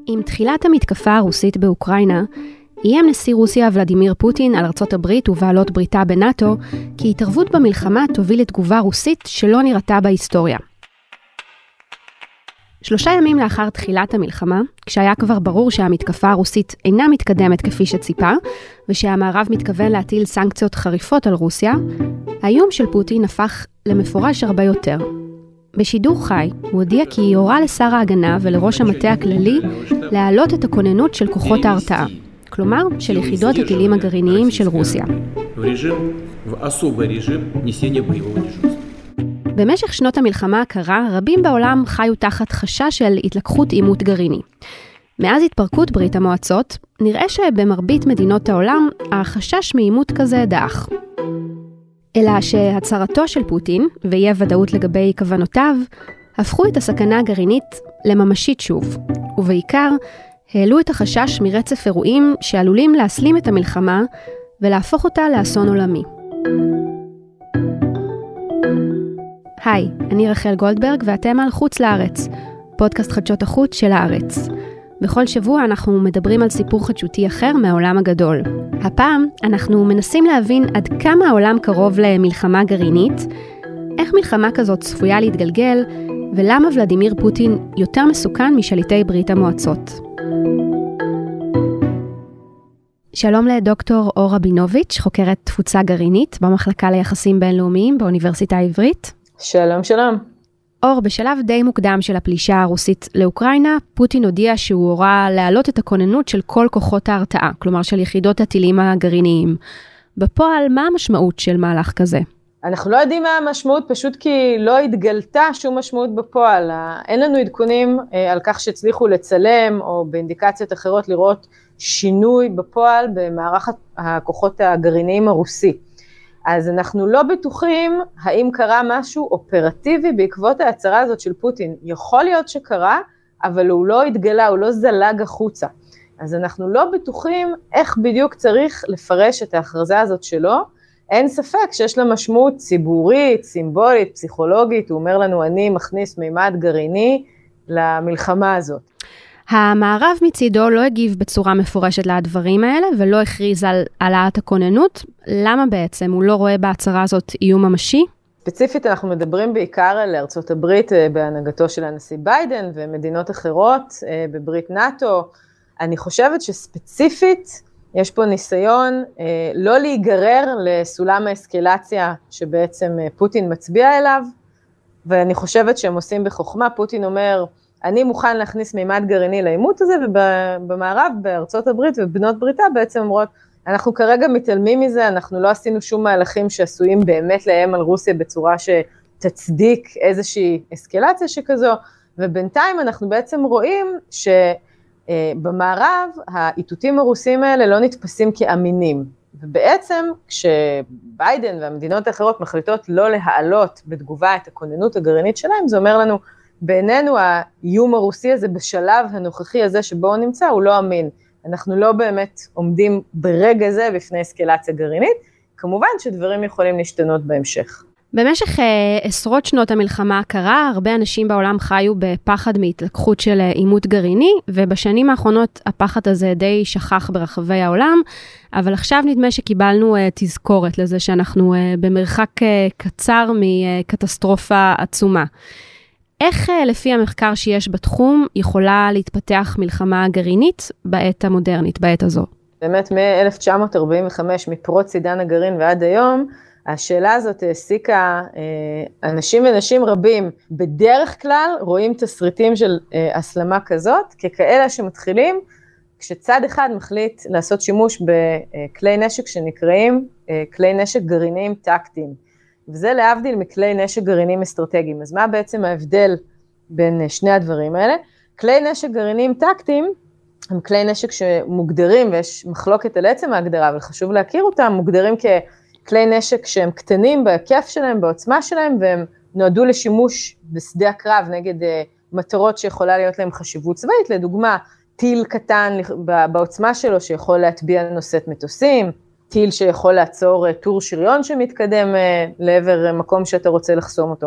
עם תחילת המתקפה הרוסית באוקראינה, איים נשיא רוסיה ולדימיר פוטין על ארצות הברית ובעלות בריתה בנאטו, כי התערבות במלחמה תוביל לתגובה רוסית שלא נראתה בהיסטוריה. 3 ימים לאחר תחילת המלחמה, כשהיה כבר ברור שהמתקפה הרוסית אינה מתקדמת כפי שציפה, ושהמערב מתכוון להטיל סנקציות חריפות על רוסיה, האיום של פוטין הפך למפורש הרבה יותר. בשידור חי, הוא הודיע כי הורה לשר ההגנה ולראש המטה הכללי להעלות את הכוננות של כוחות ההרתעה, כלומר של יחידות הטילים הגרעיניים של רוסיה. במשך שנות המלחמה הקרה, רבים בעולם חיו תחת חשש של התלקחות עימות גרעיני. מאז התפרקות ברית המועצות, נראה שבמרבית מדינות העולם החשש מעימות כזה דעך. אלא שהצהרתו של פוטין, ואי הוודאות לגבי כוונותיו, הפכו את הסכנה הגרעינית לממשית שוב, ובעיקר העלו את החשש מרצף אירועים שעלולים להסלים את המלחמה ולהפוך אותה לאסון עולמי. היי, אני רחל גולדברג ואתם על חוץ לארץ, פודקאסט חדשות החוץ של הארץ. בכל שבוע אנחנו מדברים על סיפור חדשותי אחר מהעולם הגדול. הפעם אנחנו מנסים להבין עד כמה העולם קרוב למלחמה גרעינית, איך מלחמה כזאת צפויה להתגלגל, ולמה ולדימיר פוטין יותר מסוכן משליטי ברית המועצות. שלום לדוקטור אור רבינוביץ', חוקרת תפוצה גרעינית במחלקה ליחסים בינלאומיים באוניברסיטה העברית. שלום, שלום. אור, בשלב די מוקדם של הפלישה הרוסית לאוקראינה, פוטין הודיע שהוא הורה להעלות את הכוננות של כל כוחות ההרתעה, כלומר של יחידות הטילים הגרעיניים. בפועל, מה המשמעות של מהלך כזה? אנחנו לא יודעים מה המשמעות, פשוט כי לא התגלתה שום משמעות בפועל. אין לנו עדכונים על כך שהצליחו לצלם, או באינדיקציות אחרות לראות שינוי בפועל במערך הכוחות הגרעיניים הרוסי. אז אנחנו לא בטוחים האם קרה משהו אופרטיבי בעקבות ההצהרה הזאת של פוטין. יכול להיות שקרה, אבל הוא לא התגלה, הוא לא זלג החוצה. אז אנחנו לא בטוחים איך בדיוק צריך לפרש את ההכרזה הזאת שלו. אין ספק שיש לה משמעות ציבורית, סימבולית, פסיכולוגית. הוא אומר לנו, אני מכניס מימד גרעיני למלחמה הזאת. המערב מצידו לא הגיב בצורה מפורשת לדברים האלה, ולא הכריז על העלאת הכוננות. למה בעצם? הוא לא רואה בהצהרה הזאת איום ממשי? ספציפית אנחנו מדברים בעיקר על ארצות הברית בהנהגתו של הנשיא ביידן, ומדינות אחרות בברית נאטו. אני חושבת שספציפית יש פה ניסיון לא להיגרר לסולם האסקלציה שבעצם פוטין מצביע אליו, ואני חושבת שהם עושים בחוכמה. פוטין אומר, אני מוכן להכניס מימד גרעיני לעימות הזה, ובמערב, בארצות הברית ובנות בריתה בעצם אומרות, אנחנו כרגע מתעלמים מזה, אנחנו לא עשינו שום מהלכים שעשויים באמת לאיים על רוסיה בצורה שתצדיק איזושהי אסקלציה שכזו, ובינתיים אנחנו בעצם רואים שבמערב האיתותים הרוסיים האלה לא נתפסים כאמינים, ובעצם כשביידן והמדינות האחרות מחליטות לא להעלות בתגובה את הכוננות הגרעינית שלהם, זה אומר לנו, בעינינו האיום הרוסי הזה בשלב הנוכחי הזה שבו הוא נמצא, הוא לא אמין. אנחנו לא באמת עומדים ברגע זה בפני אסקלציה גרעינית, כמובן שדברים יכולים להשתנות בהמשך. במשך עשרות שנות המלחמה הקרה, הרבה אנשים בעולם חיו בפחד מהתלקחות של עימות גרעיני, ובשנים האחרונות הפחד הזה די שכח ברחבי העולם, אבל עכשיו נדמה שקיבלנו תזכורת לזה שאנחנו במרחק קצר מקטסטרופה עצומה. איך לפי המחקר שיש בתחום יכולה להתפתח מלחמה גרעינית בעת המודרנית, בעת הזו? באמת מ-1945, מפרוץ עידן הגרעין ועד היום, השאלה הזאת העסיקה אנשים ונשים רבים. בדרך כלל רואים תסריטים של הסלמה כזאת, ככאלה שמתחילים כשצד אחד מחליט לעשות שימוש בכלי נשק שנקראים כלי נשק גרעיניים טקטיים. וזה להבדיל מכלי נשק גרעיניים אסטרטגיים. אז מה בעצם ההבדל בין שני הדברים האלה? כלי נשק גרעיניים טקטיים הם כלי נשק שמוגדרים, ויש מחלוקת על עצם ההגדרה, אבל חשוב להכיר אותם, מוגדרים ככלי נשק שהם קטנים בהיקף שלהם, בעוצמה שלהם, והם נועדו לשימוש בשדה הקרב נגד מטרות שיכולה להיות להם חשיבות צבאית, לדוגמה, טיל קטן בעוצמה שלו שיכול להטביע נושאת מטוסים, טיל שיכול לעצור טור שריון שמתקדם לעבר מקום שאתה רוצה לחסום אותו.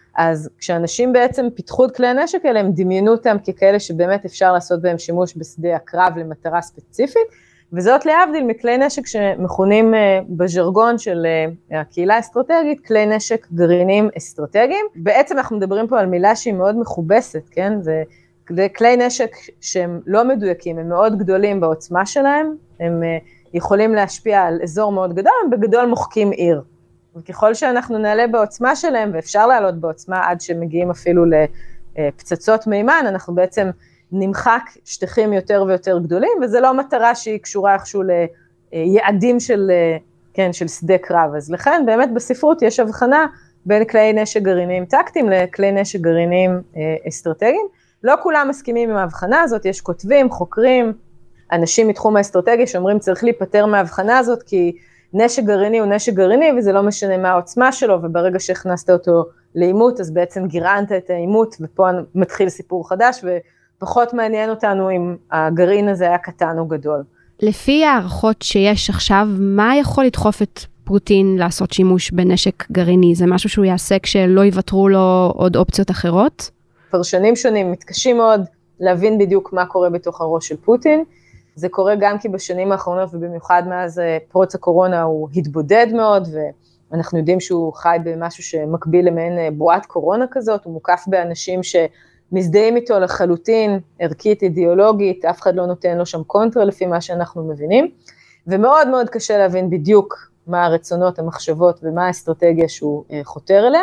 אז כשאנשים בעצם פיתחו את כלי הנשק האלה, הם דמיינו אותם ככאלה שבאמת אפשר לעשות בהם שימוש בשדה הקרב למטרה ספציפית, וזאת להבדיל מכלי נשק שמכונים בז'רגון של הקהילה האסטרטגית, כלי נשק גרעיניים אסטרטגיים. בעצם אנחנו מדברים פה על מילה שהיא מאוד מכובסת, כן? זה כלי נשק שהם לא מדויקים, הם מאוד גדולים בעוצמה שלהם, הם יכולים להשפיע על אזור מאוד גדול, הם בגדול מוחקים עיר. וככל שאנחנו נעלה בעוצמה שלהם, ואפשר לעלות בעוצמה עד שמגיעים אפילו לפצצות מימן, אנחנו בעצם נמחק שטחים יותר ויותר גדולים, וזה לא מטרה שהיא קשורה איכשהו ליעדים של שדה קרב. אז לכן באמת בספרות יש הבחנה בין כלי נשק גרעיניים טקטיים לכלי נשק גרעיניים אסטרטגיים. לא כולם מסכימים עם ההבחנה הזאת, יש כותבים, חוקרים, אנשים מתחום האסטרטגיה שאומרים צריך להיפטר מההבחנה הזאת, כי נשק גרעיני הוא נשק גרעיני, וזה לא משנה מה העוצמה שלו, וברגע שהכנסת אותו לאימות, אז בעצם גירענת את האימות, ופה מתחיל סיפור חדש, ופחות מעניין אותנו אם הגרעין הזה היה קטן או גדול. לפי הערכות שיש עכשיו, מה יכול לדחוף את פוטין לעשות שימוש בנשק גרעיני? זה משהו שהוא יעשה כשלא יוותרו לו עוד אופציות אחרות? פרשנים שונים מתקשים מאוד להבין בדיוק מה קורה בתוך הראש של פוטין, זה קורה גם כי בשנים האחרונות, ובמיוחד מאז פרוץ הקורונה, הוא התבודד מאוד, ואנחנו יודעים שהוא חי במשהו שמקביל למעין בועת קורונה כזאת, הוא מוקף באנשים שמזדהים איתו לחלוטין, ערכית, אידיאולוגית, אף אחד לא נותן לו שם קונטרה לפי מה שאנחנו מבינים, ומאוד מאוד קשה להבין בדיוק מה הרצונות, המחשבות, ומה האסטרטגיה שהוא חותר אליה.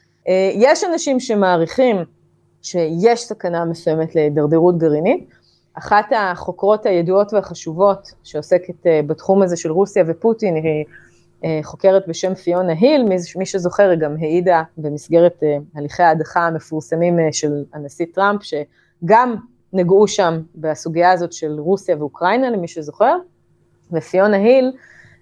יש אנשים שמעריכים שיש סכנה מסוימת להידרדרות גרעינית, אחת החוקרות הידועות והחשובות שעוסקת בתחום הזה של רוסיה ופוטין, היא חוקרת בשם פיונה היל, מי שזוכר היא גם העידה במסגרת הליכי ההדחה המפורסמים של הנשיא טראמפ, שגם נגעו שם בסוגיה הזאת של רוסיה ואוקראינה, למי שזוכר, ופיונה היל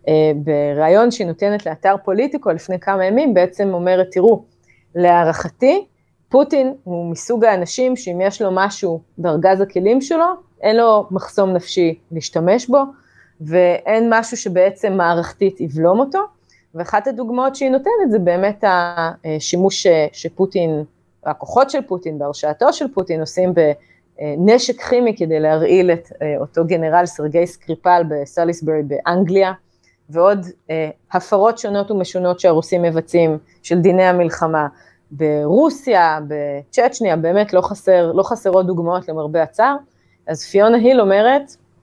בראיון שהיא נותנת לאתר פוליטיקו לפני כמה ימים, בעצם אומרת, תראו, להערכתי, פוטין הוא מסוג האנשים שאם יש לו משהו בארגז הכלים שלו, אין לו מחסום נפשי להשתמש בו, ואין משהו שבעצם מערכתית יבלום אותו, ואחת הדוגמאות שהיא נותנת זה באמת השימוש שפוטין, הכוחות של פוטין, בהרשעתו של פוטין, עושים בנשק כימי כדי להרעיל את אותו גנרל סרגי סקריפל בסליסברי באנגליה, ועוד הפרות שונות ומשונות שהרוסים מבצעים של דיני המלחמה, ברוסיה, בצ'צ'ניה, באמת לא חסרות דוגמאות למרבה הצער. אז פיונה היל אומרת,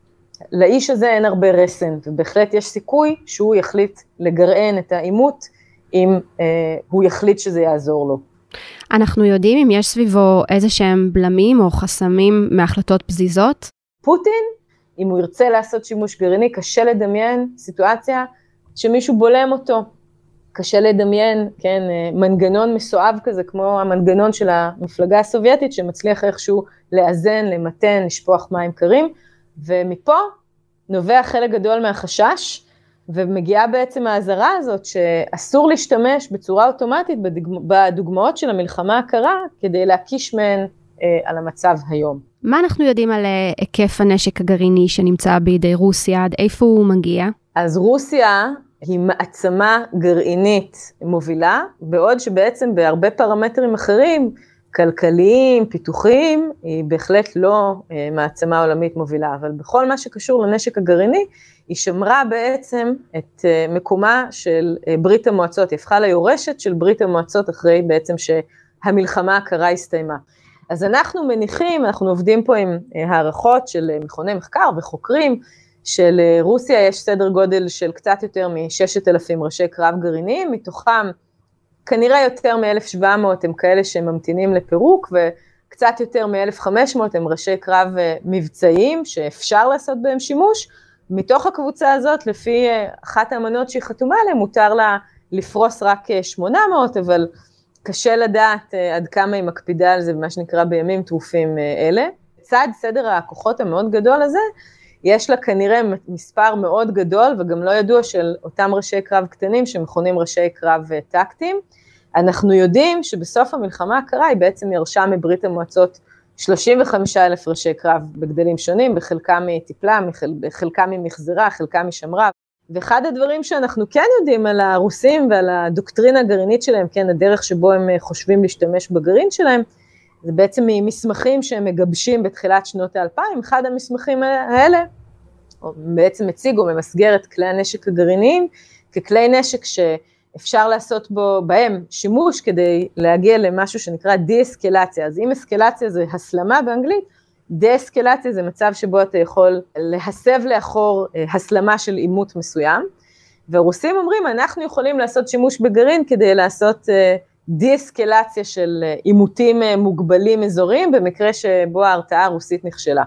לאיש הזה אין הרבה רסן, ובהחלט יש סיכוי שהוא יחליט לגרען את האימות, אם הוא יחליט שזה יעזור לו. אנחנו יודעים אם יש סביבו איזה שהם בלמים או חסמים מהחלטות פזיזות? פוטין, אם הוא ירצה לעשות שימוש גרעיני, קשה לדמיין סיטואציה שמישהו בולם אותו. קשה לדמיין, כן, מנגנון מסואב כזה, כמו המנגנון של המפלגה הסובייטית, שמצליח איכשהו לאזן, למתן, לשפוך מים קרים, ומפה נובע חלק גדול מהחשש, ומגיעה בעצם ההזרה הזאת, שאסור להשתמש בצורה אוטומטית בדוגמאות של המלחמה הקרה, כדי להקיש מהן על המצב היום. מה אנחנו יודעים על היקף הנשק הגרעיני שנמצא בידי רוסיה, עד איפה הוא מגיע? אז רוסיה היא מעצמה גרעינית מובילה, בעוד שבעצם בהרבה פרמטרים אחרים, כלכליים, פיתוחיים, היא בהחלט לא מעצמה עולמית מובילה, אבל בכל מה שקשור לנשק הגרעיני, היא שמרה בעצם את מקומה של ברית המועצות, היא הפכה ליורשת של ברית המועצות אחרי בעצם שהמלחמה הקרה הסתיימה. אז אנחנו מניחים, אנחנו עובדים פה עם הערכות של מכוני מחקר וחוקרים, שלרוסיה יש סדר גודל של קצת יותר מ-6,000 ראשי קרב גרעיניים, מתוכם כנראה יותר מ-1,700 הם כאלה שממתינים לפירוק, וקצת יותר מ-1,500 הם ראשי קרב מבצעיים, שאפשר לעשות בהם שימוש. מתוך הקבוצה הזאת, לפי אחת האמנות שהיא חתומה עליהם, מותר לה לפרוס רק 800, אבל קשה לדעת עד כמה היא מקפידה על זה, במה שנקרא בימים טרופים אלה. צד סדר הכוחות המאוד גדול הזה, יש לה כנראה מספר מאוד גדול, וגם לא ידוע של אותם ראשי קרב קטנים, שמכונים ראשי קרב טקטיים. אנחנו יודעים שבסוף המלחמה הקרה, היא בעצם ירשה מברית המועצות 35,000 ראשי קרב בגדלים שונים, בחלקם היא טיפלה, בחלקם היא מחזרה, חלקם היא שמרה. ואחד הדברים שאנחנו כן יודעים על הרוסים ועל הדוקטרינה הגרעינית שלהם, כן, הדרך שבו הם חושבים להשתמש בגרעין שלהם, זה בעצם ממסמכים שהם מגבשים בתחילת שנות ה-2000, אחד המסמכים האלה, בעצם מציג או ממסגר את כלי הנשק הגרעיניים, ככלי נשק שאפשר לעשות בהם שימוש כדי להגיע למשהו שנקרא די-אסקלציה. אז אם אסקלציה זה הסלמה באנגלית, די-אסקלציה זה מצב שבו אתה יכול להסב לאחור הסלמה של עימות מסוים, והרוסים אומרים, אנחנו יכולים לעשות שימוש בגרעין כדי לעשות די-אסקלציה של עימותים מוגבלים אזוריים, במקרה שבו ההרתעה הרוסית נכשלה.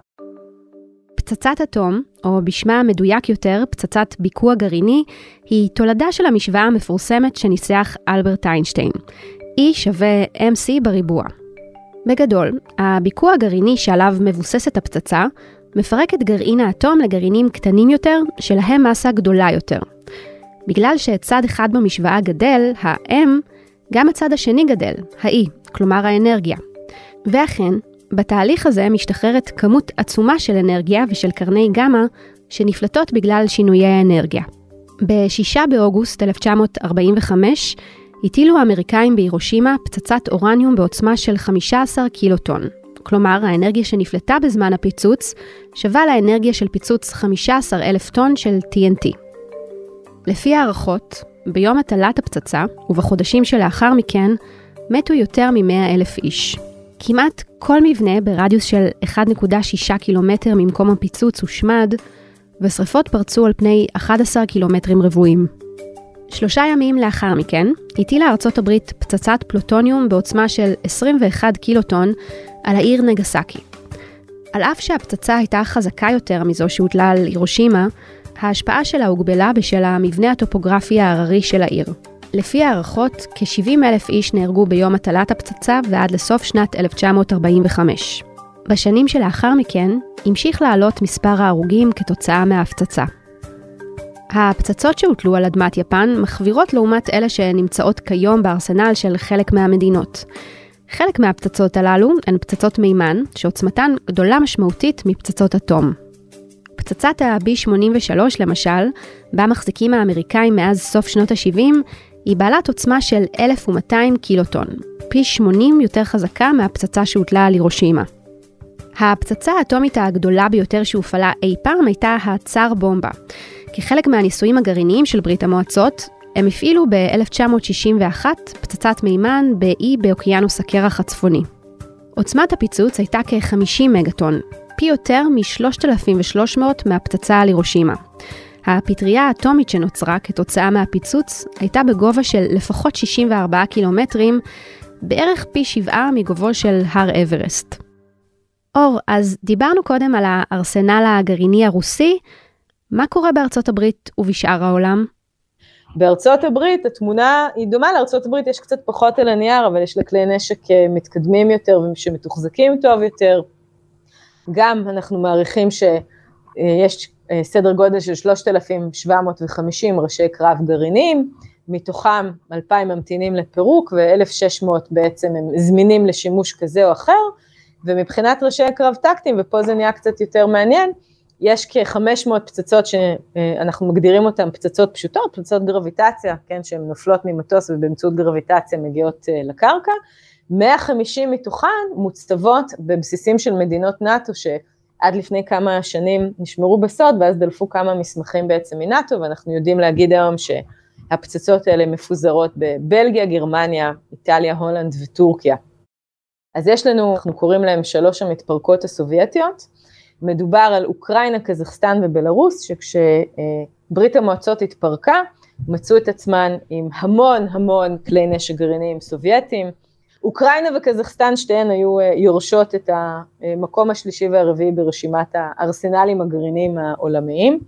פצצת אטום, או בשמה המדויק יותר, פצצת ביקוע גרעיני, היא תולדה של המשוואה המפורסמת שניסח אלברט איינשטיין. E שווה MC בריבוע. בגדול, הביקוע הגרעיני שעליו מבוססת הפצצה, מפרק את גרעין האטום לגרעינים קטנים יותר, שלהם מסה גדולה יותר. בגלל שצד אחד במשוואה גדל, ה-M, גם הצד השני גדל, ה-E, כלומר האנרגיה. ואכן, בתהליך הזה משתחררת כמות עצומה של אנרגיה ושל קרני גמא שנפלטות בגלל שינויי האנרגיה. ב-6 באוגוסט 1945 הטילו האמריקאים בהירושימה פצצת אורניום בעוצמה של 15 קילוטון. כלומר, האנרגיה שנפלטה בזמן הפיצוץ שווה לאנרגיה של פיצוץ 15,000 טון של TNT. לפי הערכות, ביום הטלת הפצצה ובחודשים שלאחר מכן מתו יותר מ-100,000 איש. כמעט כל מבנה ברדיוס של 1.6 קילומטר ממקום הפיצוץ הושמד, ושריפות פרצו על פני 11 קילומטרים רבועים. 3 ימים לאחר מכן, הטילה ארצות הברית פצצת פלוטוניום בעוצמה של 21 קילוטון על העיר נגסקי. על אף שהפצצה הייתה חזקה יותר מזו שהוטלה על הירושימה, ההשפעה שלה הוגבלה בשל המבנה הטופוגרפי ההררי של העיר. לפי הערכות, כ-70,000 איש נהרגו ביום הטלת הפצצה ועד לסוף שנת 1945. בשנים שלאחר מכן, המשיך לעלות מספר ההרוגים כתוצאה מההפצצה. הפצצות שהוטלו על אדמת יפן מחווירות לעומת אלה שנמצאות כיום בארסנל של חלק מהמדינות. חלק מהפצצות הללו הן פצצות מימן, שעוצמתן גדולה משמעותית מפצצות אטום. פצצת ה-B-83 למשל, בה מחזיקים האמריקאים מאז סוף שנות ה-70, היא בעלת עוצמה של 1,200 קילוטון, פי 80 יותר חזקה מהפצצה שהוטלה על הירושימה. הפצצה האטומית הגדולה ביותר שהופעלה אי פעם הייתה הצאר בומבה. כחלק מהניסויים הגרעיניים של ברית המועצות, הם הפעילו ב-1961 פצצת מימן באי באוקיינוס הקרח הצפוני. עוצמת הפיצוץ הייתה כ-50 מגטון, פי יותר מ-3,300 מהפצצה על הירושימה. הפטריה האטומית שנוצרה כתוצאה מהפיצוץ הייתה בגובה של לפחות 64 קילומטרים, בערך פי 7 מגובהו של הר אברסט. אור, אז דיברנו קודם על הארסנל הגרעיני הרוסי, מה קורה בארצות הברית ובשאר העולם? בארצות הברית התמונה היא דומה, לארצות הברית יש קצת פחות על הנייר, אבל יש לה כלי נשק מתקדמים יותר ושמתוחזקים טוב יותר. גם אנחנו מעריכים שיש סדר גודל של 3,750 ראשי קרב גרעיניים, מתוכם 2,000 ממתינים לפירוק ו1,600 בעצם הם זמינים לשימוש כזה או אחר, ומבחינת ראשי קרב טקטיים, ופה זה נהיה קצת יותר מעניין, יש כ-500 פצצות שאנחנו מגדירים אותן פצצות פשוטות, פצצות גרביטציה, כן, שהן נופלות ממטוס ובאמצעות גרביטציה מגיעות לקרקע, 150 מתוכן מוצטבות בבסיסים של מדינות נאטו, שעד לפני כמה שנים נשמרו בסוד, ואז דלפו כמה מסמכים בעצם מנאטו, ואנחנו יודעים להגיד היום שהפצצות האלה מפוזרות בבלגיה, גרמניה, איטליה, הולנד וטורקיה. אז יש לנו, אנחנו קוראים להם 3 המתפרקות הסובייטיות, מדובר על אוקראינה, קזחסטן ובלרוס, שכשברית המועצות התפרקה, מצאו את עצמן עם המון כלי נשק גרעיניים סובייטיים. אוקראינה וקזחסטן שתיהן היו יורשות את המקום השלישי והרביעי ברשימת הארסנלים הגרעיניים העולמיים,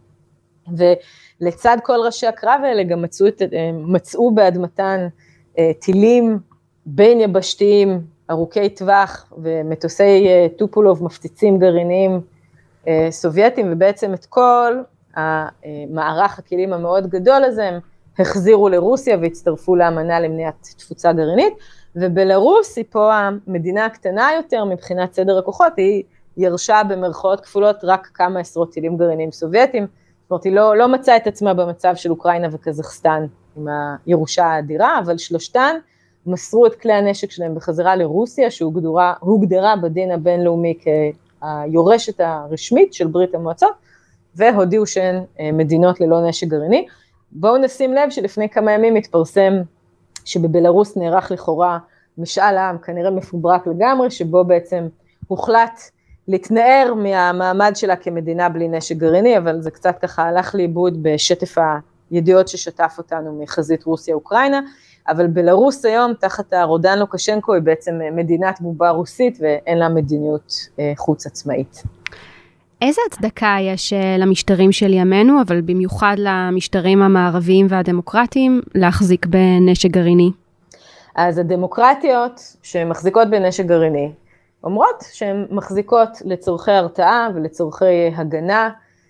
ולצד כל ראשי הקרב האלה גם מצאו באדמתן טילים בין יבשתיים, ארוכי טווח ומטוסי טופולוב מפציצים גרעיניים סובייטים, ובעצם את כל המערך הכלים המאוד גדול הזה הם החזירו לרוסיה והצטרפו לאמנה למניעת תפוצה גרעינית, ובלרוס היא פה המדינה הקטנה יותר מבחינת סדר הכוחות, היא ירשה במרכאות כפולות רק כמה עשרות טילים גרעיניים סובייטים, זאת אומרת, היא לא מצאה את עצמה במצב של אוקראינה וקזחסטן עם הירושה האדירה, אבל שלושתן מסרו את כלי הנשק שלהם בחזרה לרוסיה, שהוגדרה בדין הבינלאומי כיורשת הרשמית של ברית המועצות, והודיעו שהן מדינות ללא נשק גרעיני. בואו נשים לב שלפני כמה ימים התפרסם שבבלרוס נערך לכאורה משאל עם, כנראה מפוברק לגמרי, שבו בעצם הוחלט להתנער מהמעמד שלה כמדינה בלי נשק גרעיני, אבל זה קצת ככה הלך לאיבוד בשטף הידיעות ששטף אותנו מחזית רוסיה-אוקראינה, אבל בלרוס היום תחת הרודן לוקשנקו היא בעצם מדינת בובה רוסית ואין לה מדיניות חוץ עצמאית. איזה הצדקה יש למשטרים של ימינו, אבל במיוחד למשטרים המערביים והדמוקרטיים, להחזיק בנשק גרעיני? אז הדמוקרטיות שמחזיקות בנשק גרעיני, אומרות שהן מחזיקות לצורכי הרתעה ולצורכי הגנה,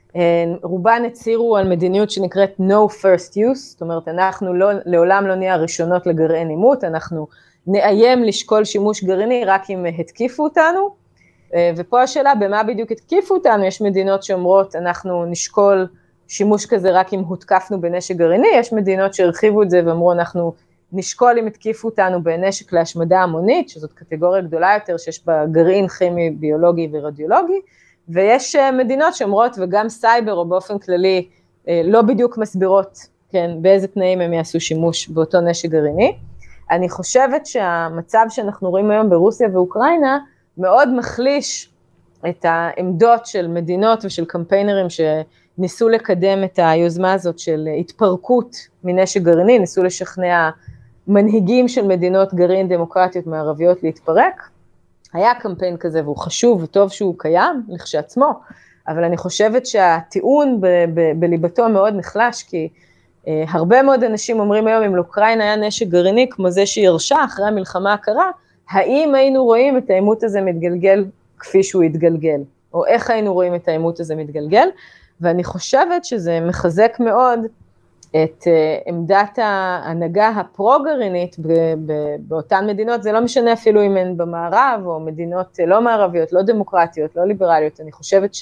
רובן הצהירו על מדיניות שנקראת no first use, זאת אומרת אנחנו לעולם לא נהיה הראשונות לגרעין עימות, אנחנו נאיים לשקול שימוש גרעיני רק אם התקיפו אותנו, ופה השאלה במה בדיוק התקיפו אותנו, יש מדינות שאומרות אנחנו נשקול שימוש כזה רק אם הותקפנו בנשק גרעיני, יש מדינות שהרחיבו את זה ואמרו אנחנו נשקול אם התקיפו אותנו בנשק להשמדה המונית, שזאת קטגוריה גדולה יותר שיש בה גרעין כימי, ביולוגי ורדיולוגי, ויש מדינות שאומרות וגם סייבר או באופן כללי לא בדיוק מסבירות, כן, באיזה תנאים הם יעשו שימוש באותו נשק גרעיני. אני חושבת שהמצב שאנחנו רואים היום ברוסיה ואוקראינה, מאוד מחליש את העמדות של מדינות ושל קמפיינרים שניסו לקדם את היוזמה הזאת של התפרקות מנשק גרעיני, ניסו לשכנע מנהיגים של מדינות גרעין דמוקרטיות מערביות להתפרק. היה קמפיין כזה והוא חשוב וטוב שהוא קיים לכשעצמו, אבל אני חושבת שהטיעון בליבתו מאוד נחלש, כי הרבה מאוד אנשים אומרים היום אם לאוקראינה היה נשק גרעיני כמו זה שהיא ירשה אחרי המלחמה הקרה, האם היינו רואים את העימות הזה מתגלגל כפי שהוא התגלגל, או איך היינו רואים את העימות הזה מתגלגל, ואני חושבת שזה מחזק מאוד את עמדת ההנהגה הפרו-גרעינית באותן מדינות, זה לא משנה אפילו אם הן במערב, או מדינות לא מערביות, לא דמוקרטיות, לא ליברליות, אני חושבת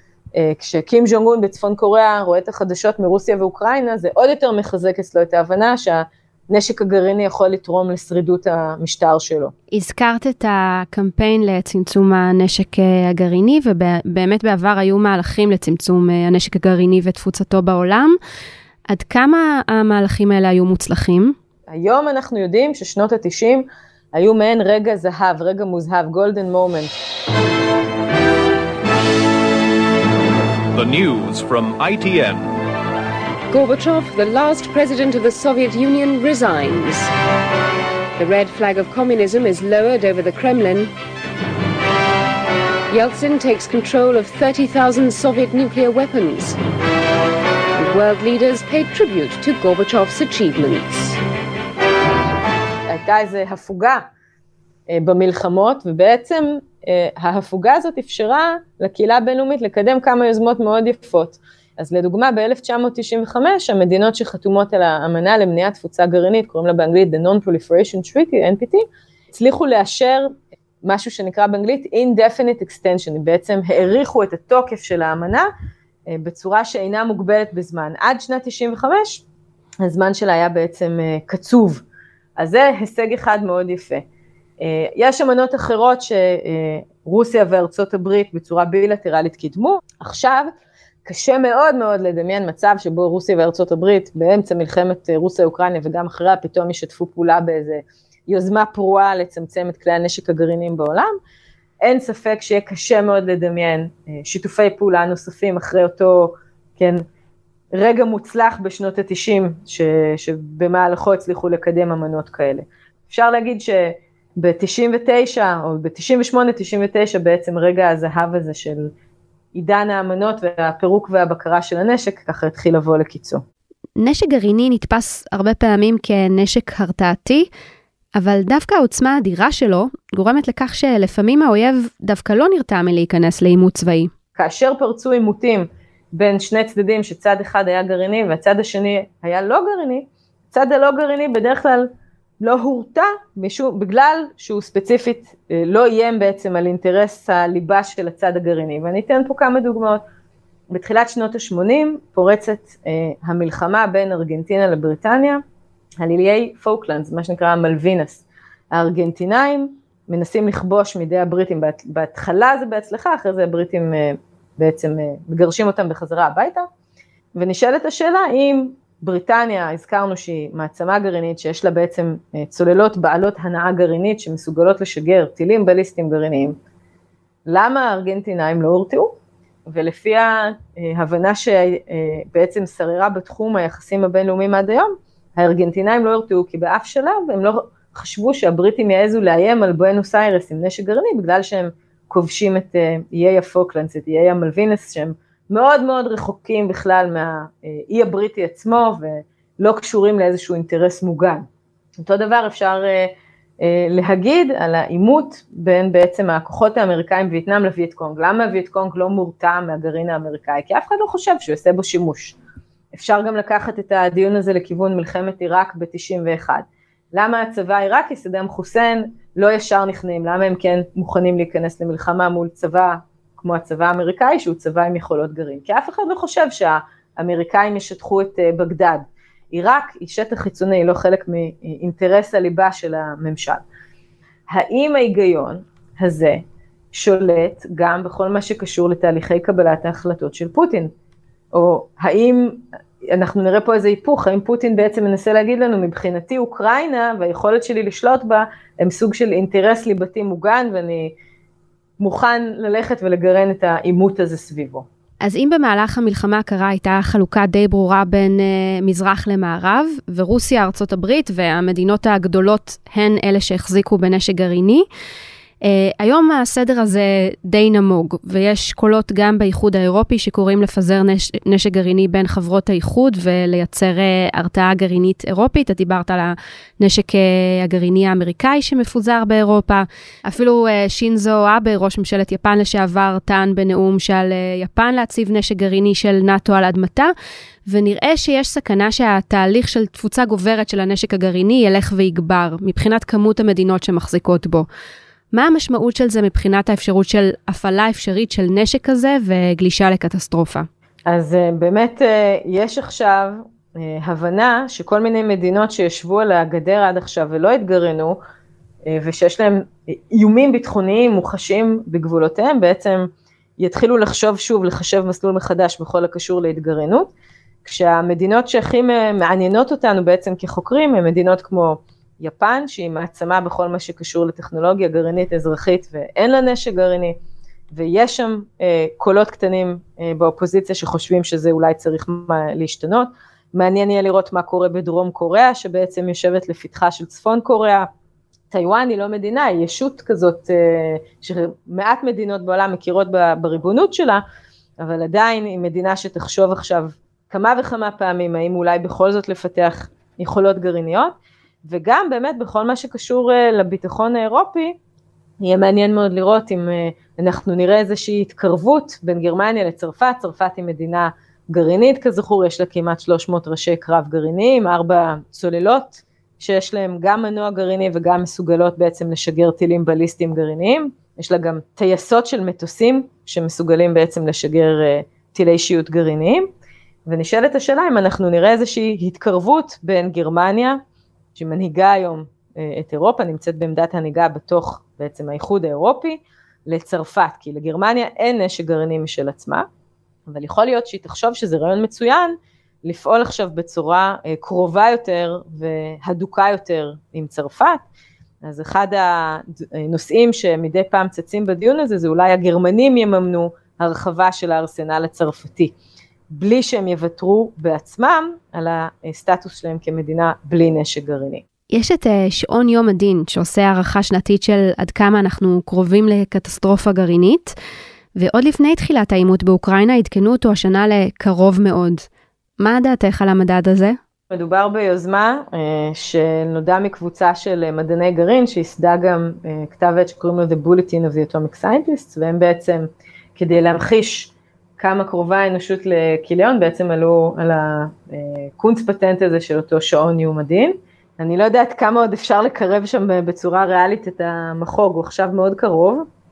שכשקים ז'ונג און בצפון קוריאה רואה את החדשות מרוסיה ואוקראינה, זה עוד יותר מחזק אצלו את ההבנה נשק הגרעיני יכול לתרום לשרידות המשטר שלו. הזכרת את הקמפיין לצמצום הנשק הגרעיני, ובאמת בעבר היו מהלכים לצמצום הנשק הגרעיני ותפוצתו בעולם. עד כמה המהלכים האלה היו מוצלחים? היום אנחנו יודעים ששנות ה-90 היו מעין רגע זהב, רגע מוזהב, golden moment. The news from ITN. Gorbachev, the last president of the Soviet Union, resigns. The red flag of communism is lowered over the Kremlin. Yeltsin takes control of 30,000 Soviet nuclear weapons. And world leaders pay tribute to Gorbachev's achievements. הייתה איזו הפוגה במלחמות, ובעצם ההפוגה הזאת אפשרה לקהילה הבינלאומית לקדם כמה יוזמות מאוד יפות. אז לדוגמה, ב-1995, המדינות שחתומות על האמנה למניעת תפוצה גרעינית, קוראים לה באנגלית The Non-Proliferation Treaty, NPT, הצליחו לאשר משהו שנקרא באנגלית Indefinite Extension, בעצם העריכו את התוקף של האמנה, בצורה שאינה מוגבלת בזמן. עד שנת 95, הזמן שלה היה בעצם קצוב. אז זה הישג אחד מאוד יפה. יש אמנות אחרות שרוסיה וארצות הברית בצורה בילטרלית קידמו. עכשיו, קשה מאוד מאוד לדמיין מצב שבו רוסיה וארצות הברית באמצע מלחמת רוסיה-אוקראינה וגם אחריה פתאום ישתפו פעולה באיזה יוזמה פרועה לצמצם את כלי הנשק הגרעיניים בעולם. אין ספק שיהיה קשה מאוד לדמיין שיתופי פעולה נוספים אחרי אותו, כן, רגע מוצלח בשנות ה-90 שבמהלכו הצליחו לקדם אמנות כאלה. אפשר להגיד שב-99 או ב-98-99 בעצם רגע הזהב הזה של עידן האמנות והפירוק והבקרה של הנשק ככה התחיל לבוא לקיצו. נשק גרעיני נתפס הרבה פעמים כנשק הרתעתי, אבל דווקא העוצמה האדירה שלו גורמת לכך שלפעמים האויב דווקא לא נרתע מלהיכנס לעימות צבאי. כאשר פרצו עימותים בין שני צדדים שצד אחד היה גרעיני והצד השני היה לא גרעיני, צד הלא גרעיני בדרך כלל לא הורתע בגלל שהוא ספציפית לא איים בעצם על אינטרס הליבה של הצד הגרעיני, ואני אתן פה כמה דוגמאות. בתחילת שנות ה-80 פורצת המלחמה בין ארגנטינה לבריטניה, על איי פוקלנדס, מה שנקרא מלווינס. הארגנטינאים מנסים לכבוש מידי הבריטים, בהתחלה זה בהצלחה, אחרי זה הבריטים בעצם מגרשים אותם בחזרה הביתה, ונשאלת השאלה אם בריטניה, הזכרנו שהיא מעצמה גרעינית, שיש לה בעצם צוללות בעלות הנעה גרעינית, שמסוגלות לשגר טילים בליסטיים גרעיניים, למה הארגנטינאים לא הורתעו? ולפי ההבנה שבעצם שררה בתחום היחסים הבינלאומיים עד היום, הארגנטינאים לא הורתעו, כי באף שלב הם לא חשבו שהבריטים יעזו לאיים על בואנוס איירס עם נשק גרעיני, בגלל שהם כובשים את איי הפוקלנדס, את איי המלווינס, שהם מאוד מאוד רחוקים בכלל מהאי הבריטי עצמו, ולא קשורים לאיזשהו אינטרס מוגן. אותו דבר אפשר להגיד על העימות בין בעצם הכוחות האמריקאים בווייטנאם לווייטקונג. למה הווייטקונג לא מורתע מהגרעין האמריקאי? כי אף אחד לא חושב שהוא יעשה בו שימוש. אפשר גם לקחת את הדיון הזה לכיוון מלחמת עיראק ב-91. למה הצבא העיראקי, סדאם חוסיין, לא ישר נכנעים? למה הם כן מוכנים להיכנס למלחמה מול צבא כמו הצבא האמריקאי, שהוא צבא עם יכולות גרעין? כי אף אחד לא חושב שהאמריקאים ישטחו את בגדד. עיראק היא שטח חיצוני, היא לא חלק מאינטרס הליבה של הממשל. האם ההיגיון הזה שולט גם בכל מה שקשור לתהליכי קבלת ההחלטות של פוטין? או האם אנחנו נראה פה איזה היפוך, האם פוטין בעצם מנסה להגיד לנו, מבחינתי אוקראינה והיכולת שלי לשלוט בה, הם סוג של אינטרס ליבתי מוגן, ואני מוכן ללכת ולגרן את העימות הזה סביבו. אז אם במהלך המלחמה הקרה הייתה חלוקה די ברורה בין מזרח למערב, ורוסיה, ארצות הברית והמדינות הגדולות הן אלה שהחזיקו בנשק גרעיני, היום הסדר הזה די נמוג, ויש קולות גם באיחוד האירופי שקוראים לפזר נשק גרעיני בין חברות האיחוד, ולייצר הרתעה גרעינית אירופית. את דיברת על הנשק הגרעיני האמריקאי שמפוזר באירופה, אפילו שינזו אבה, ראש ממשלת יפן לשעבר, טען בנאום שעל יפן להציב נשק גרעיני של נאטו על אדמתה, ונראה שיש סכנה שהתהליך של תפוצה גוברת של הנשק הגרעיני ילך ויגבר, מבחינת כמות המדינות שמחזיקות בו. מה המשמעות של זה מבחינת האפשרות של הפעלה אפשרית של נשק כזה וגלישה לקטסטרופה? אז באמת יש עכשיו הבנה שכל מיני מדינות שישבו על הגדר עד עכשיו ולא התגרענו, ושיש להם איומים ביטחוניים מוחשיים בגבולותיהם, בעצם יתחילו לחשוב שוב, לחשב מסלול מחדש בכל הקשור להתגרענות, כשהמדינות שהכי מעניינות אותנו בעצם כחוקרים, הן מדינות כמו יפן, שהיא מעצמה בכל מה שקשור לטכנולוגיה גרעינית אזרחית, ואין לה נשק גרעיני, ויש שם קולות קטנים באופוזיציה שחושבים שזה אולי צריך להשתנות. מעניין יהיה לראות מה קורה בדרום קוריאה, שבעצם יושבת לפתחה של צפון קוריאה. טיואן היא לא מדינה, היא ישות כזאת, שמעט מדינות בעולם מכירות בריבונות שלה, אבל עדיין היא מדינה שתחשוב עכשיו כמה וכמה פעמים, האם אולי בכל זאת לפתח יכולות גרעיניות, וגם באמת בכל מה שקשור לביטחון האירופי, יהיה מעניין מאוד לראות אם אנחנו נראה איזושהי התקרבות בין גרמניה לצרפת. צרפת היא מדינה גרעינית, כזכור, יש לה כמעט 300 ראשי קרב גרעיניים, 4 צוללות, שיש להם גם מנוע גרעיני וגם מסוגלות בעצם לשגר טילים בליסטיים גרעיניים, יש לה גם טייסות של מטוסים שמסוגלים בעצם לשגר טילי שיוט גרעיניים, ונשאלת השאלה אם אנחנו נראה איזושהי התקרבות בין גרמניה, שמנהיגה היום את אירופה, נמצאת בעמדת הנהיגה בתוך בעצם האיחוד האירופי, לצרפת, כי לגרמניה אין נשק גרעיני משל עצמה, אבל יכול להיות שהיא תחשוב שזה רעיון מצוין, לפעול עכשיו בצורה קרובה יותר והדוקה יותר עם צרפת. אז אחד הנושאים שמדי פעם צצים בדיון הזה, זה אולי הגרמנים יממנו הרחבה של הארסנל הצרפתי, בלי שהם יוותרו בעצמם על הסטטוס שלהם כמדינה בלי נשק גרעיני. יש את שעון יום הדין שעושה הערכה שנתית של עד כמה אנחנו קרובים לקטסטרופה גרעינית, ועוד לפני תחילת העימות באוקראינה עדכנו אותו השנה לקרוב מאוד. מה דעתך על המדד הזה? מדובר ביוזמה שנודע מקבוצה של מדעני גרעין, שיסדה גם כתב עת שקוראים לו The Bulletin of the Atomic Scientists, והם בעצם כדי להמחיש כמה קרובה האנושות לכיליון, בעצם עלו על הקונץ פטנט הזה של אותו שעון יום הדין. אני לא יודעת כמה עוד אפשר לקרב שם בצורה ריאלית את המחוג, הוא עכשיו מאוד קרוב,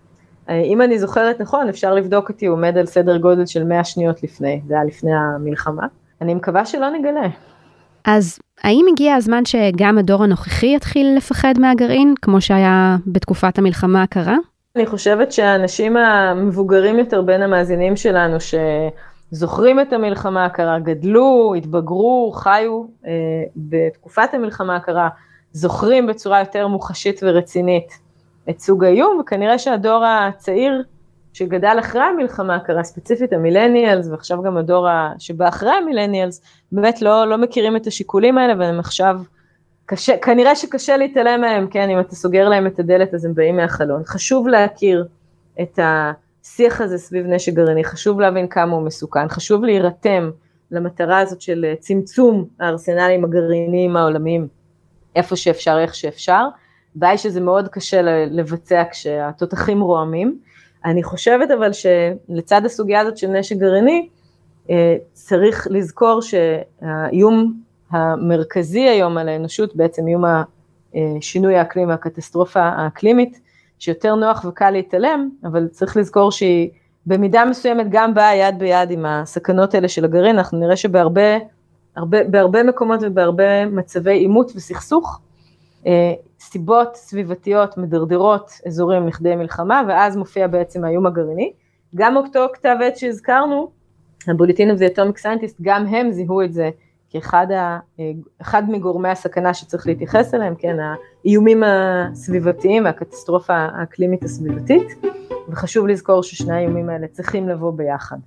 אם אני זוכרת נכון, אפשר לבדוק אותי, הוא עומד על סדר גודל של 100 שניות לפני, זה היה לפני המלחמה. אני מקווה שלא נגלה. אז האם הגיע הזמן שגם הדור הנוכחי יתחיל לפחד מהגרעין, כמו שהיה בתקופת המלחמה הקרה? אני חושבת שהאנשים המבוגרים יותר בין המאזינים שלנו, שזוכרים את המלחמה הקרה, גדלו, התבגרו, חיו בתקופת המלחמה הקרה, זוכרים בצורה יותר מוחשית ורצינית את סוג האיום, וכנראה שהדור הצעיר שגדל אחרי המלחמה הקרה, ספציפית המילניאלס, ועכשיו גם הדור שבא אחרי המילניאלס, באמת לא מכירים את השיקולים האלה, והם עכשיו, כנראה שקשה להתעלם מהם, כן, אם אתה סוגר להם את הדלת, אז הם באים מהחלון. חשוב להכיר את השיח הזה סביב נשק גרעיני, חשוב להבין כמה הוא מסוכן, חשוב להירתם למטרה הזאת של צמצום הארסנלים הגרעיניים העולמיים, איפה שאפשר, איך שאפשר, בעי שזה מאוד קשה לבצע כשהתותחים רועמים. אני חושבת אבל שלצד הסוגיה הזאת של נשק גרעיני, צריך לזכור שהאיום המרכזי היום על האנושות, בעצם איום השינוי האקלים והקטסטרופה האקלימית, שיותר נוח וקל להתעלם, אבל צריך לזכור שהיא במידה מסוימת גם באה יד ביד עם הסכנות האלה של הגרעין, אנחנו נראה שבהרבה מקומות ובהרבה מצבי עימות וסכסוך, סיבות סביבתיות מדרדרות אזורים לכדי מלחמה, ואז מופיע בעצם האיום הגרעיני. גם אותו כתב עת שהזכרנו, הבולטין of the Atomic Scientist, גם הם זיהו את זה כאחד מגורמי הסכנה שצריך להתייחס אליהם, כן, האיומים הסביבתיים והקטסטרופה האקלימית הסביבתית, וחשוב לזכור ששני האיומים האלה צריכים לבוא ביחד.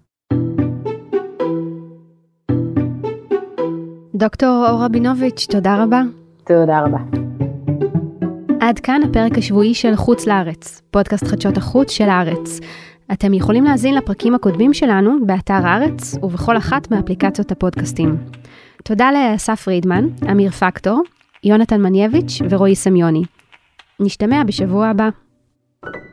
דוקטור אור רבינוביץ', תודה רבה. תודה רבה. עד כאן הפרק השבועי של חוץ לארץ, פודקאסט חדשות החוץ של הארץ. אתם יכולים להזין לפרקים הקודמים שלנו באתר הארץ ובכל אחת מאפליקציות הפודקאסטים. תודה לאסף פרידמן, אמיר פקטור, יונתן מנייביץ' ורועי סמיוני. נשתמע בשבוע הבא.